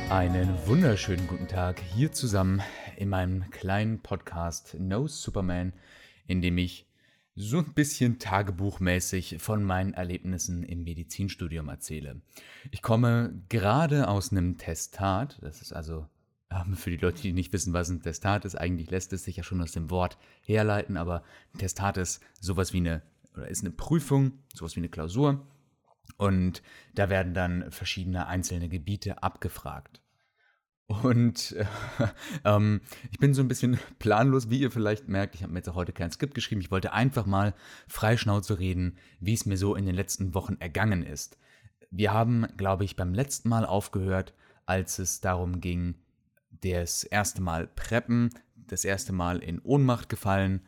Einen wunderschönen guten Tag hier zusammen in meinem kleinen Podcast No Superman, in dem ich so ein bisschen tagebuchmäßig von meinen Erlebnissen im Medizinstudium erzähle. Ich komme gerade aus einem Testat, das ist also für die Leute, die nicht wissen, was ein Testat ist, eigentlich lässt es sich ja schon aus dem Wort herleiten, aber ein Testat ist sowas wie ist eine Prüfung, sowas wie eine Klausur. Und da werden dann verschiedene einzelne Gebiete abgefragt. Und ich bin so ein bisschen planlos, wie ihr vielleicht merkt. Ich habe mir jetzt auch heute kein Skript geschrieben. Ich wollte einfach mal freischnauze reden, wie es mir so in den letzten Wochen ergangen ist. Wir haben, glaube ich, beim letzten Mal aufgehört, als es darum ging, das erste Mal preppen, das erste Mal in Ohnmacht gefallen.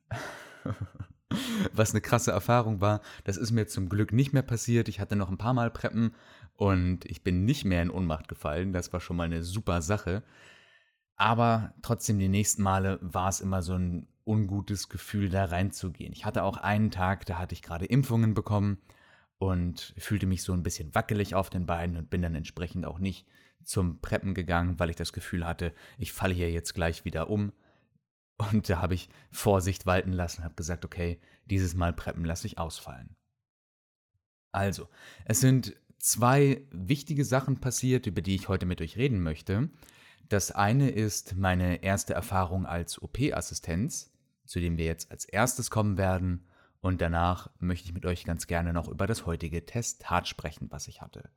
Was eine krasse Erfahrung war. Das ist mir zum Glück nicht mehr passiert. Ich hatte noch ein paar Mal Preppen und ich bin nicht mehr in Ohnmacht gefallen. Das war schon mal eine super Sache. Aber trotzdem, die nächsten Male war es immer so ein ungutes Gefühl, da reinzugehen. Ich hatte auch einen Tag, da hatte ich gerade Impfungen bekommen und fühlte mich so ein bisschen wackelig auf den Beinen und bin dann entsprechend auch nicht zum Preppen gegangen, weil ich das Gefühl hatte, ich falle hier jetzt gleich wieder um. Und da habe ich Vorsicht walten lassen, habe gesagt, okay, dieses Mal preppen lasse ich ausfallen. Also, es sind zwei wichtige Sachen passiert, über die ich heute mit euch reden möchte. Das eine ist meine erste Erfahrung als OP-Assistenz, zu dem wir jetzt als erstes kommen werden. Und danach möchte ich mit euch ganz gerne noch über das heutige Testat sprechen, was ich hatte.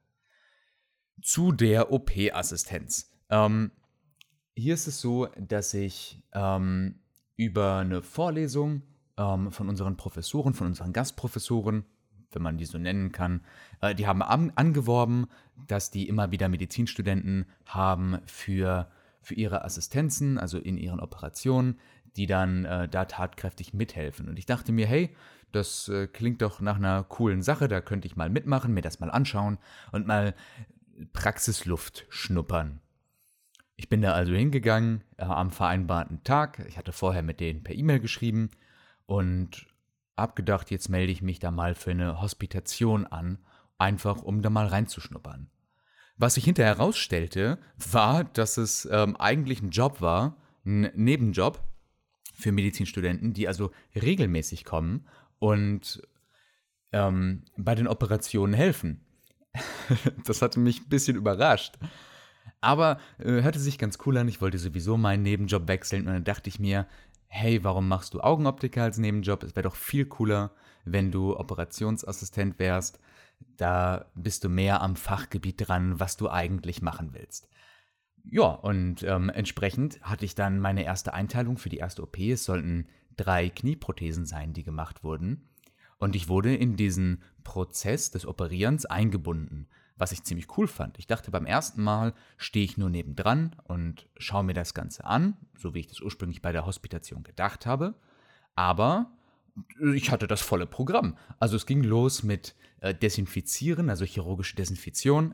Zu der OP-Assistenz. Hier ist es so, dass ich über eine Vorlesung von unseren Professoren, von unseren Gastprofessoren, wenn man die so nennen kann, die haben angeworben, dass die immer wieder Medizinstudenten haben für ihre Assistenzen, also in ihren Operationen, die dann da tatkräftig mithelfen. Und ich dachte mir, hey, das klingt doch nach einer coolen Sache, da könnte ich mal mitmachen, mir das mal anschauen und mal Praxisluft schnuppern. Ich bin da also hingegangen am vereinbarten Tag. Ich hatte vorher mit denen per E-Mail geschrieben und habe gedacht, jetzt melde ich mich da mal für eine Hospitation an, einfach um da mal reinzuschnuppern. Was sich hinterher herausstellte, war, dass es eigentlich ein Job war, ein Nebenjob für Medizinstudenten, die also regelmäßig kommen und bei den Operationen helfen. Das hatte mich ein bisschen überrascht. Aber hörte sich ganz cool an. Ich wollte sowieso meinen Nebenjob wechseln und dann dachte ich mir, hey, warum machst du Augenoptiker als Nebenjob? Es wäre doch viel cooler, wenn du Operationsassistent wärst. Da bist du mehr am Fachgebiet dran, was du eigentlich machen willst. Ja, und entsprechend hatte ich dann meine erste Einteilung für die erste OP. Es sollten 3 Knieprothesen sein, die gemacht wurden. Und ich wurde in diesen Prozess des Operierens eingebunden, was ich ziemlich cool fand. Ich dachte, beim ersten Mal stehe ich nur nebendran und schaue mir das Ganze an, so wie ich das ursprünglich bei der Hospitation gedacht habe. Aber ich hatte das volle Programm. Also es ging los mit Desinfizieren, also chirurgische Desinfektion.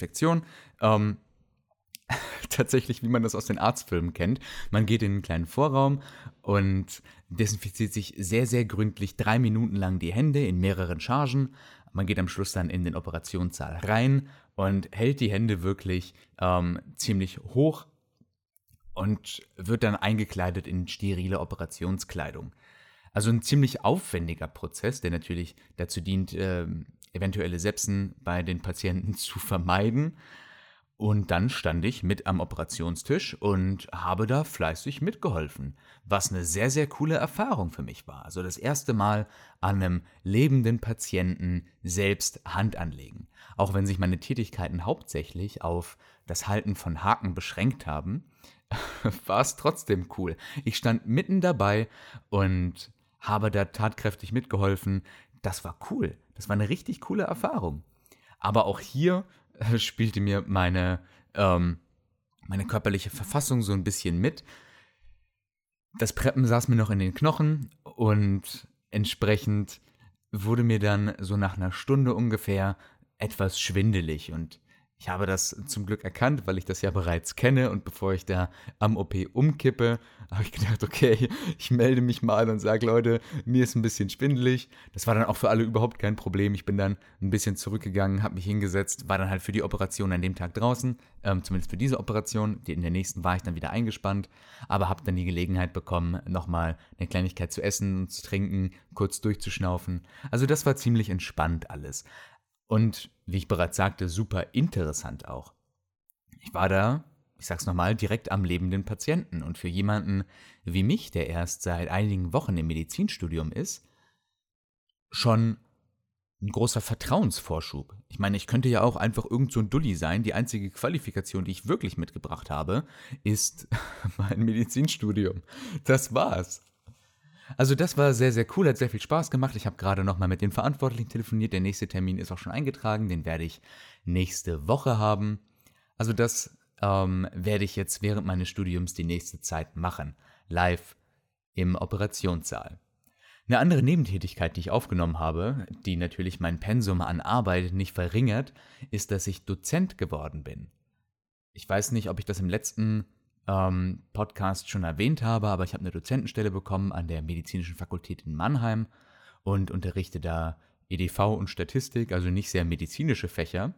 Tatsächlich, wie man das aus den Arztfilmen kennt. Man geht in einen kleinen Vorraum und desinfiziert sich sehr, sehr gründlich 3 Minuten lang die Hände in mehreren Chargen. Man geht am Schluss dann in den Operationssaal rein und hält die Hände wirklich ziemlich hoch und wird dann eingekleidet in sterile Operationskleidung. Also ein ziemlich aufwendiger Prozess, der natürlich dazu dient, eventuelle Sepsen bei den Patienten zu vermeiden. Und dann stand ich mit am Operationstisch und habe da fleißig mitgeholfen, was eine sehr, sehr coole Erfahrung für mich war. Also das erste Mal an einem lebenden Patienten selbst Hand anlegen. Auch wenn sich meine Tätigkeiten hauptsächlich auf das Halten von Haken beschränkt haben, war es trotzdem cool. Ich stand mitten dabei und habe da tatkräftig mitgeholfen. Das war cool. Das war eine richtig coole Erfahrung. Aber auch hier spielte mir meine körperliche Verfassung so ein bisschen mit. Das Preppen saß mir noch in den Knochen und entsprechend wurde mir dann so nach einer Stunde ungefähr etwas schwindelig und Ich habe das zum Glück erkannt, weil ich das ja bereits kenne, und bevor ich da am OP umkippe, habe ich gedacht, okay, ich melde mich mal und sage, Leute, mir ist ein bisschen schwindelig. Das war dann auch für alle überhaupt kein Problem. Ich bin dann ein bisschen zurückgegangen, habe mich hingesetzt, war dann halt für die Operation an dem Tag draußen, zumindest für diese Operation. In der nächsten war ich dann wieder eingespannt, aber habe dann die Gelegenheit bekommen, nochmal eine Kleinigkeit zu essen und zu trinken, kurz durchzuschnaufen. Also das war ziemlich entspannt alles. Und wie ich bereits sagte, super interessant auch. Ich war da, ich sag's nochmal, direkt am lebenden Patienten. Und für jemanden wie mich, der erst seit einigen Wochen im Medizinstudium ist, schon ein großer Vertrauensvorschub. Ich meine, ich könnte ja auch einfach irgend so ein Dulli sein. Die einzige Qualifikation, die ich wirklich mitgebracht habe, ist mein Medizinstudium. Das war's. Also das war sehr, sehr cool, hat sehr viel Spaß gemacht. Ich habe gerade nochmal mit den Verantwortlichen telefoniert. Der nächste Termin ist auch schon eingetragen. Den werde ich nächste Woche haben. Also das werde ich jetzt während meines Studiums die nächste Zeit machen. Live im Operationssaal. Eine andere Nebentätigkeit, die ich aufgenommen habe, die natürlich mein Pensum an Arbeit nicht verringert, ist, dass ich Dozent geworden bin. Ich weiß nicht, ob ich das im letzten Podcast schon erwähnt habe, aber ich habe eine Dozentenstelle bekommen an der Medizinischen Fakultät in Mannheim und unterrichte da EDV und Statistik, also nicht sehr medizinische Fächer,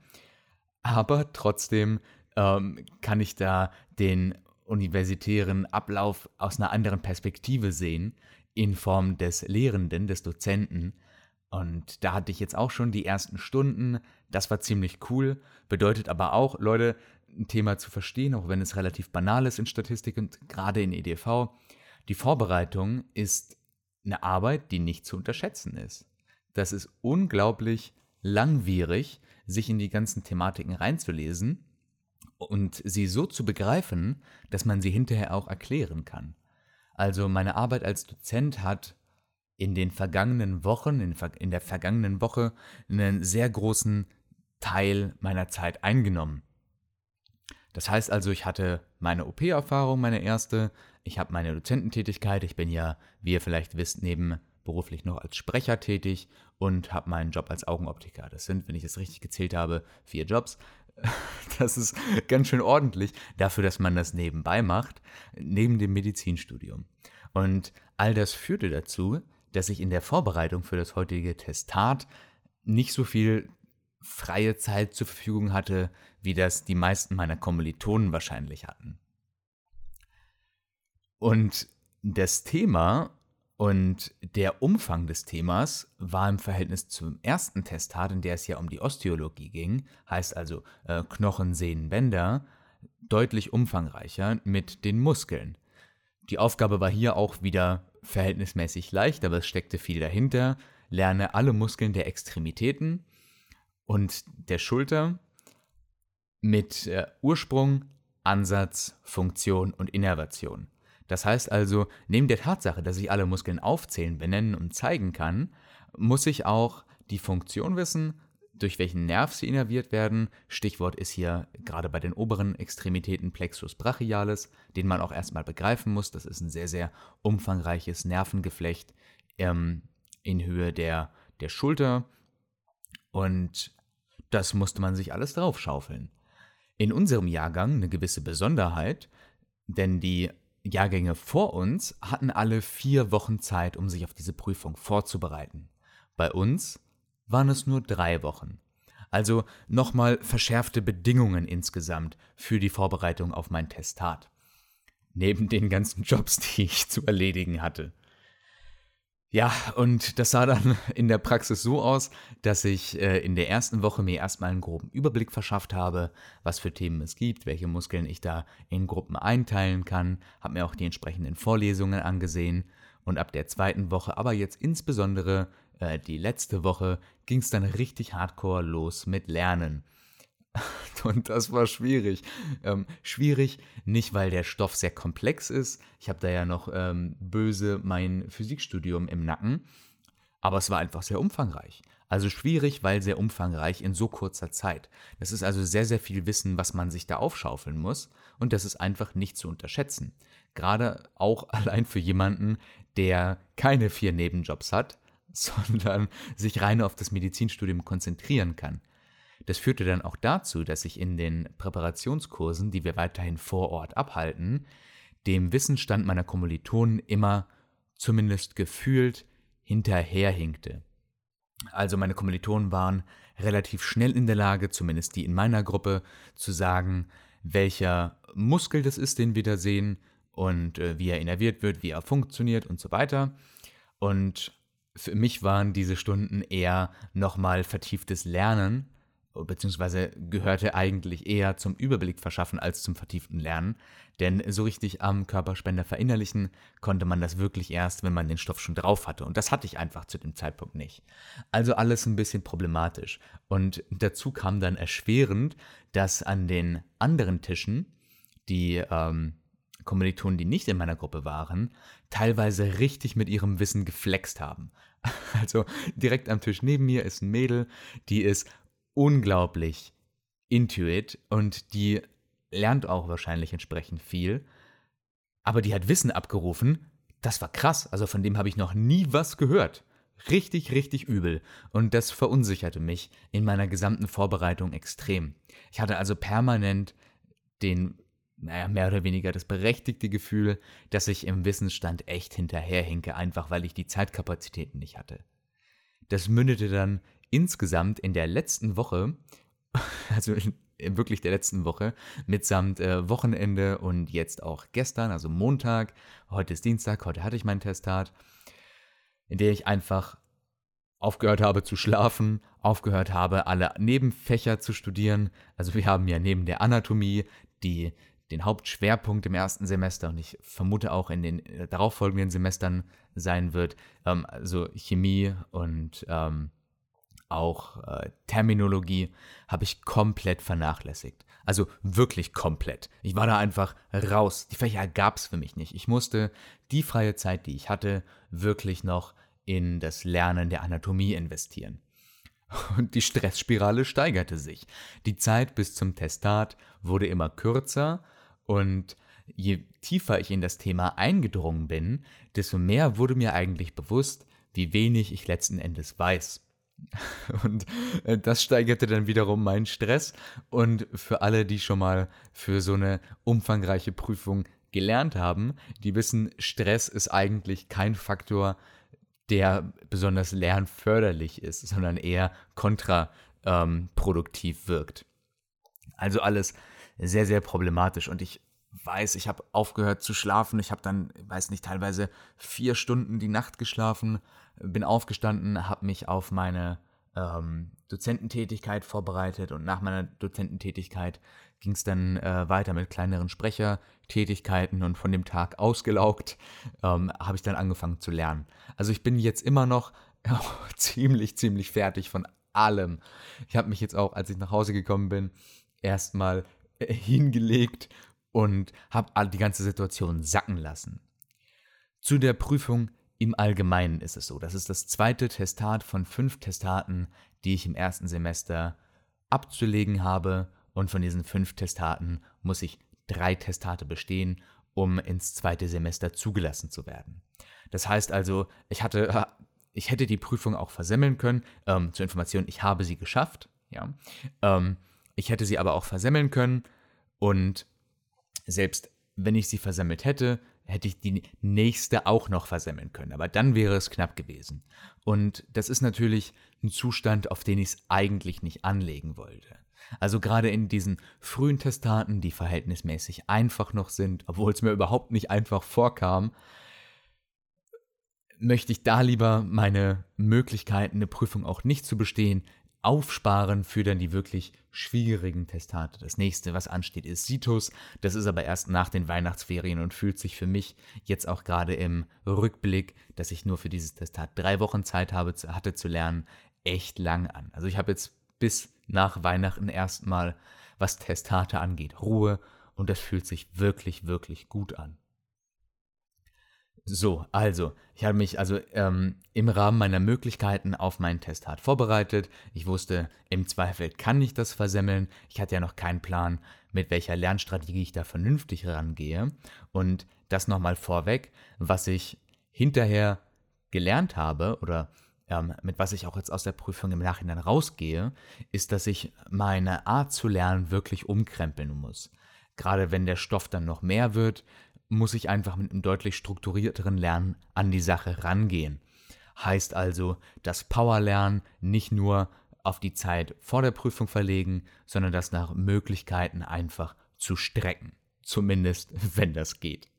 aber trotzdem kann ich da den universitären Ablauf aus einer anderen Perspektive sehen, in Form des Lehrenden, des Dozenten. Und da hatte ich jetzt auch schon die ersten Stunden. Das war ziemlich cool. Bedeutet aber auch, Leute, ein Thema zu verstehen, auch wenn es relativ banal ist in Statistik und gerade in EDV. Die Vorbereitung ist eine Arbeit, die nicht zu unterschätzen ist. Das ist unglaublich langwierig, sich in die ganzen Thematiken reinzulesen und sie so zu begreifen, dass man sie hinterher auch erklären kann. Also meine Arbeit als Dozent hat in den vergangenen Wochen, in der vergangenen Woche, einen sehr großen Teil meiner Zeit eingenommen. Das heißt also, ich hatte meine OP-Erfahrung, meine erste, ich habe meine Dozententätigkeit, ich bin ja, wie ihr vielleicht wisst, nebenberuflich noch als Sprecher tätig und habe meinen Job als Augenoptiker. Das sind, wenn ich es richtig gezählt habe, 4 Jobs. Das ist ganz schön ordentlich dafür, dass man das nebenbei macht, neben dem Medizinstudium. Und all das führte dazu, dass ich in der Vorbereitung für das heutige Testat nicht so viel freie Zeit zur Verfügung hatte, wie das die meisten meiner Kommilitonen wahrscheinlich hatten. Und das Thema und der Umfang des Themas war im Verhältnis zum ersten Testat, in der es ja um die Osteologie ging, heißt also Knochen, Sehnen, Bänder, deutlich umfangreicher mit den Muskeln. Die Aufgabe war hier auch wieder verhältnismäßig leicht, aber es steckte viel dahinter. Lerne alle Muskeln der Extremitäten und der Schulter mit Ursprung, Ansatz, Funktion und Innervation. Das heißt also, neben der Tatsache, dass ich alle Muskeln aufzählen, benennen und zeigen kann, muss ich auch die Funktion wissen, durch welchen Nerv sie innerviert werden. Stichwort ist hier gerade bei den oberen Extremitäten Plexus brachialis, den man auch erstmal begreifen muss. Das ist ein sehr, sehr umfangreiches Nervengeflecht in Höhe der Schulter. Und das musste man sich alles draufschaufeln. In unserem Jahrgang eine gewisse Besonderheit, denn die Jahrgänge vor uns hatten alle 4 Wochen Zeit, um sich auf diese Prüfung vorzubereiten. Bei uns waren es nur 3 Wochen. Also nochmal verschärfte Bedingungen insgesamt für die Vorbereitung auf mein Testat. Neben den ganzen Jobs, die ich zu erledigen hatte. Ja, und das sah dann in der Praxis so aus, dass ich in der ersten Woche mir erstmal einen groben Überblick verschafft habe, was für Themen es gibt, welche Muskeln ich da in Gruppen einteilen kann, habe mir auch die entsprechenden Vorlesungen angesehen und ab der zweiten Woche, aber jetzt insbesondere die letzte Woche, ging es dann richtig hardcore los mit Lernen. Und das war schwierig. Schwierig, nicht weil der Stoff sehr komplex ist. Ich habe da ja noch böse mein Physikstudium im Nacken. Aber es war einfach sehr umfangreich. Also schwierig, weil sehr umfangreich in so kurzer Zeit. Das ist also sehr, sehr viel Wissen, was man sich da aufschaufeln muss. Und das ist einfach nicht zu unterschätzen. Gerade auch allein für jemanden, der keine 4 Nebenjobs hat, sondern sich rein auf das Medizinstudium konzentrieren kann. Das führte dann auch dazu, dass ich in den Präparationskursen, die wir weiterhin vor Ort abhalten, dem Wissensstand meiner Kommilitonen immer zumindest gefühlt hinterherhinkte. Also meine Kommilitonen waren relativ schnell in der Lage, zumindest die in meiner Gruppe, zu sagen, welcher Muskel das ist, den wir da sehen und wie er innerviert wird, wie er funktioniert und so weiter. Und für mich waren diese Stunden eher nochmal vertieftes Lernen, beziehungsweise gehörte eigentlich eher zum Überblick verschaffen als zum vertieften Lernen, denn so richtig am Körperspender verinnerlichen konnte man das wirklich erst, wenn man den Stoff schon drauf hatte, und das hatte ich einfach zu dem Zeitpunkt nicht. Also alles ein bisschen problematisch, und dazu kam dann erschwerend, dass an den anderen Tischen die Kommilitonen, die nicht in meiner Gruppe waren, teilweise richtig mit ihrem Wissen geflext haben. Also direkt am Tisch neben mir ist ein Mädel, die ist unglaublich intuit und die lernt auch wahrscheinlich entsprechend viel, aber die hat Wissen abgerufen, das war krass, also von dem habe ich noch nie was gehört. Richtig, richtig übel, und das verunsicherte mich in meiner gesamten Vorbereitung extrem. Ich hatte also permanent mehr oder weniger das berechtigte Gefühl, dass ich im Wissensstand echt hinterherhinke, einfach weil ich die Zeitkapazitäten nicht hatte. Das mündete dann insgesamt in der letzten Woche, also wirklich der letzten Woche, mitsamt Wochenende und jetzt auch gestern, also Montag, heute ist Dienstag, heute hatte ich meinen Testat, in der ich einfach aufgehört habe zu schlafen, aufgehört habe, alle Nebenfächer zu studieren. Also wir haben ja neben der Anatomie den Hauptschwerpunkt im ersten Semester, und ich vermute auch in den darauffolgenden Semestern sein wird, also Chemie und auch Terminologie habe ich komplett vernachlässigt. Also wirklich komplett. Ich war da einfach raus. Die Fächer gab es für mich nicht. Ich musste die freie Zeit, die ich hatte, wirklich noch in das Lernen der Anatomie investieren. Und die Stressspirale steigerte sich. Die Zeit bis zum Testat wurde immer kürzer, und je tiefer ich in das Thema eingedrungen bin, desto mehr wurde mir eigentlich bewusst, wie wenig ich letzten Endes weiß. Und das steigerte dann wiederum meinen Stress, und für alle, die schon mal für so eine umfangreiche Prüfung gelernt haben, die wissen, Stress ist eigentlich kein Faktor, der besonders lernförderlich ist, sondern eher kontraproduktiv wirkt. Also alles sehr, sehr problematisch, und ich weiß, ich habe aufgehört zu schlafen. Ich habe dann, weiß nicht, teilweise 4 Stunden die Nacht geschlafen, bin aufgestanden, habe mich auf meine Dozententätigkeit vorbereitet, und nach meiner Dozententätigkeit ging es dann weiter mit kleineren Sprechertätigkeiten, und von dem Tag ausgelaugt habe ich dann angefangen zu lernen. Also ich bin jetzt immer noch ziemlich fertig von allem. Ich habe mich jetzt auch, als ich nach Hause gekommen bin, erstmal hingelegt und habe die ganze Situation sacken lassen. Zu der Prüfung im Allgemeinen ist es so. Das ist das zweite Testat von 5 Testaten, die ich im ersten Semester abzulegen habe. Und von diesen 5 Testaten muss ich 3 Testate bestehen, um ins zweite Semester zugelassen zu werden. Das heißt also, ich hätte die Prüfung auch versemmeln können. Zur Information, ich habe sie geschafft. Ja. Ich hätte sie aber auch versemmeln können, und selbst wenn ich sie versemmelt hätte, hätte ich die nächste auch noch versemmeln können. Aber dann wäre es knapp gewesen. Und das ist natürlich ein Zustand, auf den ich es eigentlich nicht anlegen wollte. Also gerade in diesen frühen Testaten, die verhältnismäßig einfach noch sind, obwohl es mir überhaupt nicht einfach vorkam, möchte ich da lieber meine Möglichkeiten, eine Prüfung auch nicht zu bestehen, aufsparen für dann die wirklich schwierigen Testate. Das nächste, was ansteht, ist Situs. Das ist aber erst nach den Weihnachtsferien und fühlt sich für mich jetzt auch gerade im Rückblick, dass ich nur für dieses Testat 3 Wochen Zeit hatte zu lernen, echt lang an. Also ich habe jetzt bis nach Weihnachten erstmal, was Testate angeht, Ruhe, und das fühlt sich wirklich gut an. So, also, ich habe mich im Rahmen meiner Möglichkeiten auf meinen Testat vorbereitet. Ich wusste, im Zweifel kann ich das versemmeln. Ich hatte ja noch keinen Plan, mit welcher Lernstrategie ich da vernünftig rangehe. Und das nochmal vorweg, was ich hinterher gelernt habe oder mit was ich auch jetzt aus der Prüfung im Nachhinein rausgehe, ist, dass ich meine Art zu lernen wirklich umkrempeln muss. Gerade wenn der Stoff dann noch mehr wird, muss ich einfach mit einem deutlich strukturierteren Lernen an die Sache rangehen. Heißt also, das Powerlernen nicht nur auf die Zeit vor der Prüfung verlegen, sondern das nach Möglichkeiten einfach zu strecken. Zumindest, wenn das geht.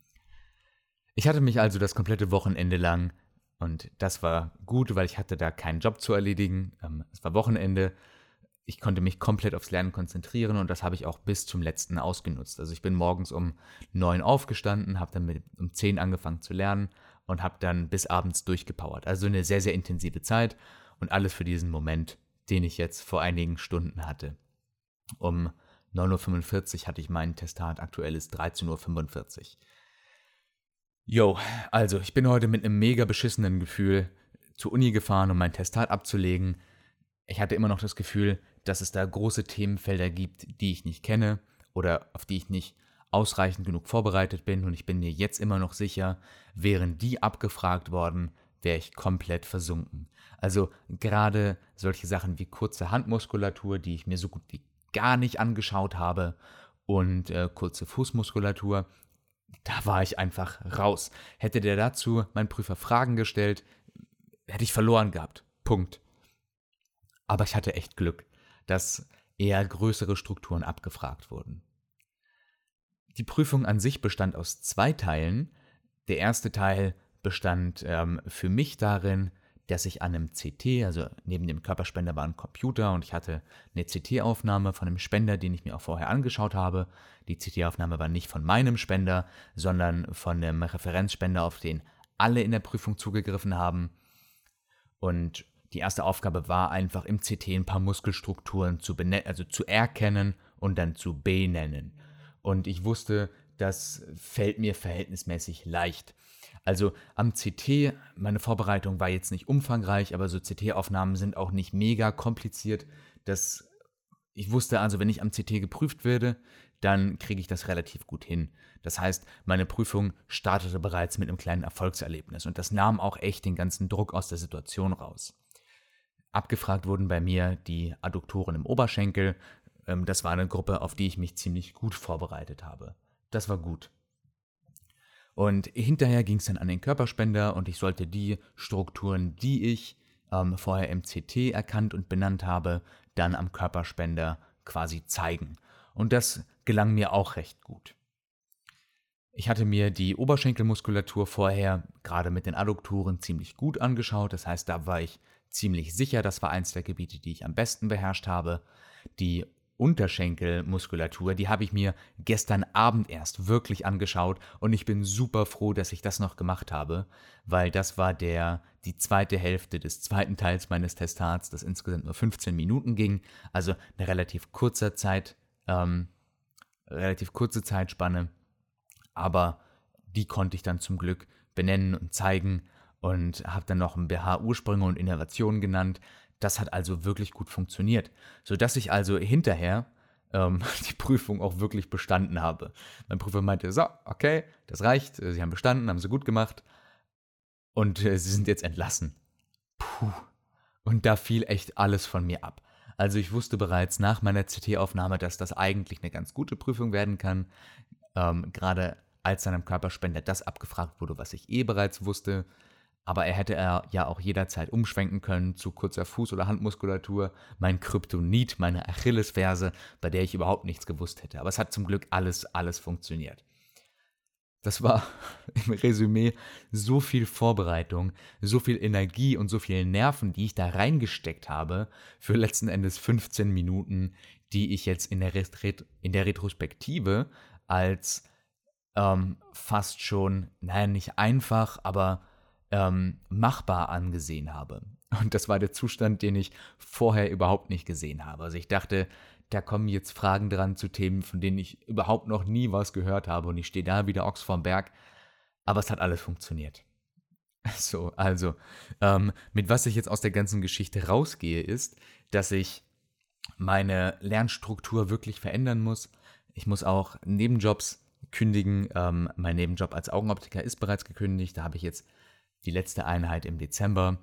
Ich hatte mich also das komplette Wochenende lang, und das war gut, weil ich hatte da keinen Job zu erledigen. Es war Wochenende. Ich konnte mich komplett aufs Lernen konzentrieren und das habe ich auch bis zum letzten ausgenutzt. Also ich bin morgens um 9 aufgestanden, habe dann um 10 angefangen zu lernen und habe dann bis abends durchgepowert. Also eine sehr, sehr intensive Zeit und alles für diesen Moment, den ich jetzt vor einigen Stunden hatte. Um 9:45 Uhr hatte ich meinen Testat, aktuell ist 13:45 Uhr. Jo, also ich bin heute mit einem mega beschissenen Gefühl zur Uni gefahren, um mein Testat abzulegen. Ich hatte immer noch das Gefühl, dass es da große Themenfelder gibt, die ich nicht kenne oder auf die ich nicht ausreichend genug vorbereitet bin. Und ich bin mir jetzt immer noch sicher, wären die abgefragt worden, wäre ich komplett versunken. Also gerade solche Sachen wie kurze Handmuskulatur, die ich mir so gut wie gar nicht angeschaut habe, und kurze Fußmuskulatur, da war ich einfach raus. Hätte der dazu mein Prüfer Fragen gestellt, hätte ich verloren gehabt. Punkt. Aber ich hatte echt Glück, dass eher größere Strukturen abgefragt wurden. Die Prüfung an sich bestand aus 2 Teilen. Der erste Teil bestand für mich darin, dass ich an einem CT, also neben dem Körperspender war ein Computer und ich hatte eine CT-Aufnahme von einem Spender, den ich mir auch vorher angeschaut habe. Die CT-Aufnahme war nicht von meinem Spender, sondern von einem Referenzspender, auf den alle in der Prüfung zugegriffen haben. Und die erste Aufgabe war einfach im CT ein paar Muskelstrukturen zu erkennen und dann zu benennen. Und ich wusste, das fällt mir verhältnismäßig leicht. Also am CT, meine Vorbereitung war jetzt nicht umfangreich, aber so CT-Aufnahmen sind auch nicht mega kompliziert. Ich wusste also, wenn ich am CT geprüft werde, dann kriege ich das relativ gut hin. Das heißt, meine Prüfung startete bereits mit einem kleinen Erfolgserlebnis und das nahm auch echt den ganzen Druck aus der Situation raus. Abgefragt wurden bei mir die Adduktoren im Oberschenkel. Das war eine Gruppe, auf die ich mich ziemlich gut vorbereitet habe. Das war gut. Und hinterher ging es dann an den Körperspender und ich sollte die Strukturen, die ich vorher im CT erkannt und benannt habe, dann am Körperspender quasi zeigen. Und das gelang mir auch recht gut. Ich hatte mir die Oberschenkelmuskulatur vorher, gerade mit den Adduktoren, ziemlich gut angeschaut. Das heißt, da war ich ziemlich sicher, das war eins der Gebiete, die ich am besten beherrscht habe. Die Unterschenkelmuskulatur, die habe ich mir gestern Abend erst wirklich angeschaut und ich bin super froh, dass ich das noch gemacht habe, weil das war die zweite Hälfte des zweiten Teils meines Testats, das insgesamt nur 15 Minuten ging, also eine relativ kurze Zeitspanne, aber die konnte ich dann zum Glück benennen und zeigen und habe dann noch ein BH-Ursprünge und Innervationen genannt. Das hat also wirklich gut funktioniert, sodass ich also hinterher die Prüfung auch wirklich bestanden habe. Mein Prüfer meinte, so, okay, das reicht, Sie haben bestanden, haben Sie gut gemacht und Sie sind jetzt entlassen. Puh, und da fiel echt alles von mir ab. Also ich wusste bereits nach meiner CT-Aufnahme, dass das eigentlich eine ganz gute Prüfung werden kann, gerade als dann am Körperspender das abgefragt wurde, was ich bereits wusste. Aber er hätte ja auch jederzeit umschwenken können zu kurzer Fuß- oder Handmuskulatur, mein Kryptonit, meine Achillesferse, bei der ich überhaupt nichts gewusst hätte. Aber es hat zum Glück alles funktioniert. Das war im Resümee so viel Vorbereitung, so viel Energie und so viel Nerven, die ich da reingesteckt habe, für letzten Endes 15 Minuten, die ich jetzt in der Retrospektive als fast schon, naja, nicht einfach, aber machbar angesehen habe. Und das war der Zustand, den ich vorher überhaupt nicht gesehen habe. Also ich dachte, da kommen jetzt Fragen dran zu Themen, von denen ich überhaupt noch nie was gehört habe und ich stehe da wieder Ochs vorm Berg. Aber es hat alles funktioniert. So, also, mit was ich jetzt aus der ganzen Geschichte rausgehe, ist, dass ich meine Lernstruktur wirklich verändern muss. Ich muss auch Nebenjobs kündigen. Mein Nebenjob als Augenoptiker ist bereits gekündigt. Da habe ich jetzt die letzte Einheit im Dezember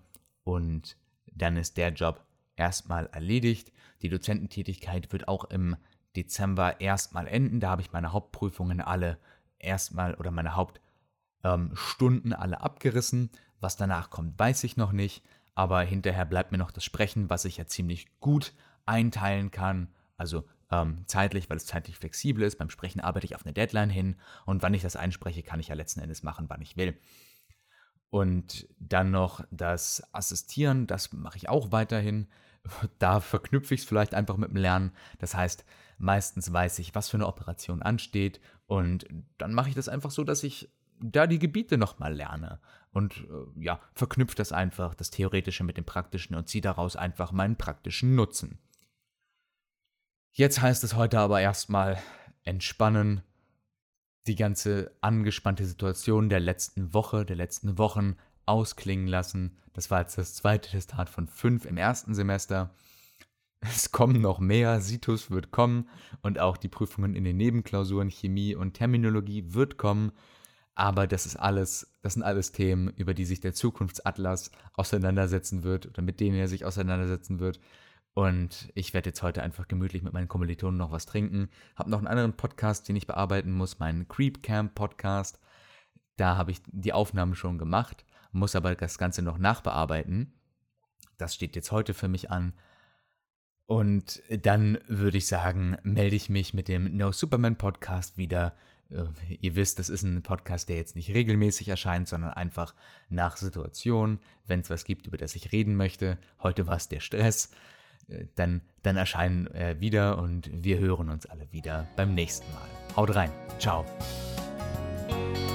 und dann ist der Job erstmal erledigt. Die Dozententätigkeit wird auch im Dezember erstmal enden. Da habe ich meine Hauptprüfungen alle erstmal oder meine Hauptstunden alle abgerissen. Was danach kommt, weiß ich noch nicht. Aber hinterher bleibt mir noch das Sprechen, was ich ja ziemlich gut einteilen kann. Also zeitlich, weil es zeitlich flexibel ist. Beim Sprechen arbeite ich auf eine Deadline hin. Und wann ich das einspreche, kann ich ja letzten Endes machen, wann ich will. Und dann noch das Assistieren, das mache ich auch weiterhin. Da verknüpfe ich es vielleicht einfach mit dem Lernen. Das heißt, meistens weiß ich, was für eine Operation ansteht. Und dann mache ich das einfach so, dass ich da die Gebiete nochmal lerne. Und verknüpfe das einfach, das Theoretische mit dem Praktischen und ziehe daraus einfach meinen praktischen Nutzen. Jetzt heißt es heute aber erstmal entspannen, die ganze angespannte Situation der letzten Wochen ausklingen lassen. Das war jetzt das zweite Testat von 5 im ersten Semester. Es kommen noch mehr, Situs wird kommen und auch die Prüfungen in den Nebenklausuren Chemie und Terminologie wird kommen. Aber das sind alles Themen, über die sich der Zukunftsatlas auseinandersetzen wird oder mit denen er sich auseinandersetzen wird. Und ich werde jetzt heute einfach gemütlich mit meinen Kommilitonen noch was trinken. Habe noch einen anderen Podcast, den ich bearbeiten muss, meinen Creep Camp Podcast. Da habe ich die Aufnahmen schon gemacht, muss aber das Ganze noch nachbearbeiten. Das steht jetzt heute für mich an. Und dann würde ich sagen, melde ich mich mit dem No Superman Podcast wieder. Ihr wisst, das ist ein Podcast, der jetzt nicht regelmäßig erscheint, sondern einfach nach Situation, wenn es was gibt, über das ich reden möchte. Heute war es der Stress. Dann erscheinen wieder und wir hören uns alle wieder beim nächsten Mal. Haut rein. Ciao.